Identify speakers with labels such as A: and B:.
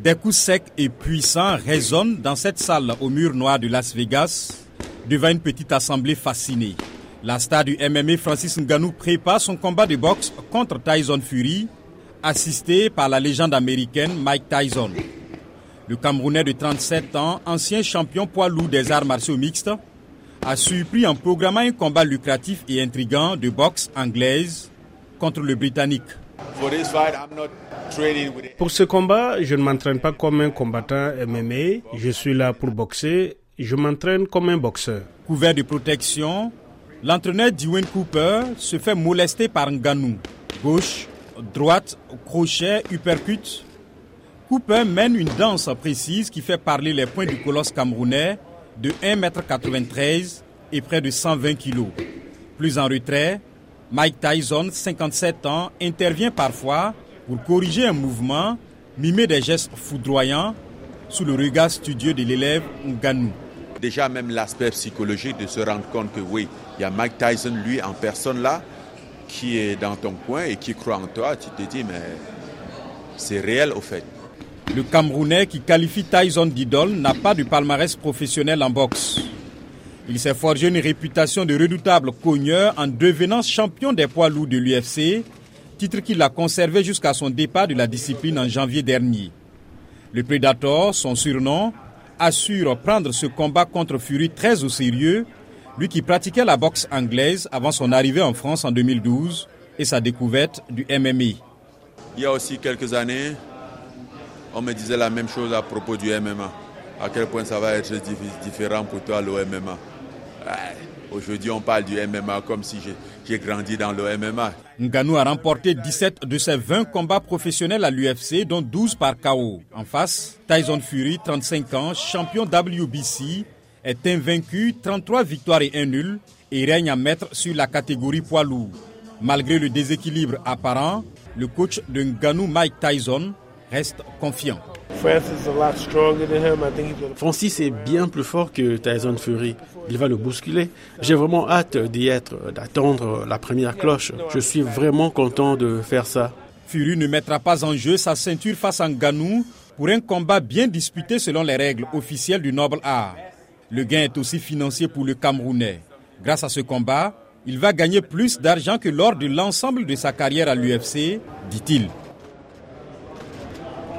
A: Des coups secs et puissants résonnent dans cette salle au mur noir de Las Vegas, devant une petite assemblée fascinée. La star du MMA Francis Ngannou prépare son combat de boxe contre Tyson Fury, assisté par la légende américaine Mike Tyson. Le Camerounais de 37 ans, ancien champion poids lourd des arts martiaux mixtes, a surpris en programmant un combat lucratif et intriguant de boxe anglaise contre le Britannique.
B: Pour ce combat, je ne m'entraîne pas comme un combattant MMA. Je suis là pour boxer. Je m'entraîne comme un boxeur.
A: Couvert de protection, l'entraîneur Dwayne Cooper se fait molester par Ngannou. Gauche, droite, crochet, uppercut. Cooper mène une danse précise qui fait parler les poings du colosse camerounais de 1,93 m et près de 120 kg. Plus en retrait, Mike Tyson, 57 ans, intervient parfois pour corriger un mouvement, mimer des gestes foudroyants sous le regard studieux de l'élève Ngannou.
C: Déjà même l'aspect psychologique de se rendre compte que oui, il y a Mike Tyson, lui, en personne là, qui est dans ton coin et qui croit en toi. Tu te dis, mais c'est réel au fait.
A: Le Camerounais qui qualifie Tyson d'idole n'a pas de palmarès professionnel en boxe. Il s'est forgé une réputation de redoutable cogneur en devenant champion des poids lourds de l'UFC, titre qu'il a conservé jusqu'à son départ de la discipline en janvier dernier. Le Predator, son surnom, assure prendre ce combat contre Fury très au sérieux, lui qui pratiquait la boxe anglaise avant son arrivée en France en 2012 et sa découverte du MMA.
C: Il y a aussi quelques années, on me disait la même chose à propos du MMA. À quel point ça va être différent pour toi le MMA. Aujourd'hui, on parle du MMA comme si j'ai grandi dans le MMA.
A: Ngannou a remporté 17 de ses 20 combats professionnels à l'UFC, dont 12 par KO. En face, Tyson Fury, 35 ans, champion WBC, est invaincu, 33 victoires et 1 nul, et règne en maître sur la catégorie poids lourd. Malgré le déséquilibre apparent, le coach de Ngannou, Mike Tyson, reste confiant.
D: Francis est bien plus fort que Tyson Fury. Il va le bousculer. J'ai vraiment hâte d'y être, d'attendre la première cloche. Je suis vraiment content de faire ça.
A: Fury ne mettra pas en jeu sa ceinture face à Ngannou pour un combat bien disputé selon les règles officielles du noble art. Le gain est aussi financier pour le Camerounais. Grâce à ce combat, il va gagner plus d'argent que lors de l'ensemble de sa carrière à l'UFC, dit-il.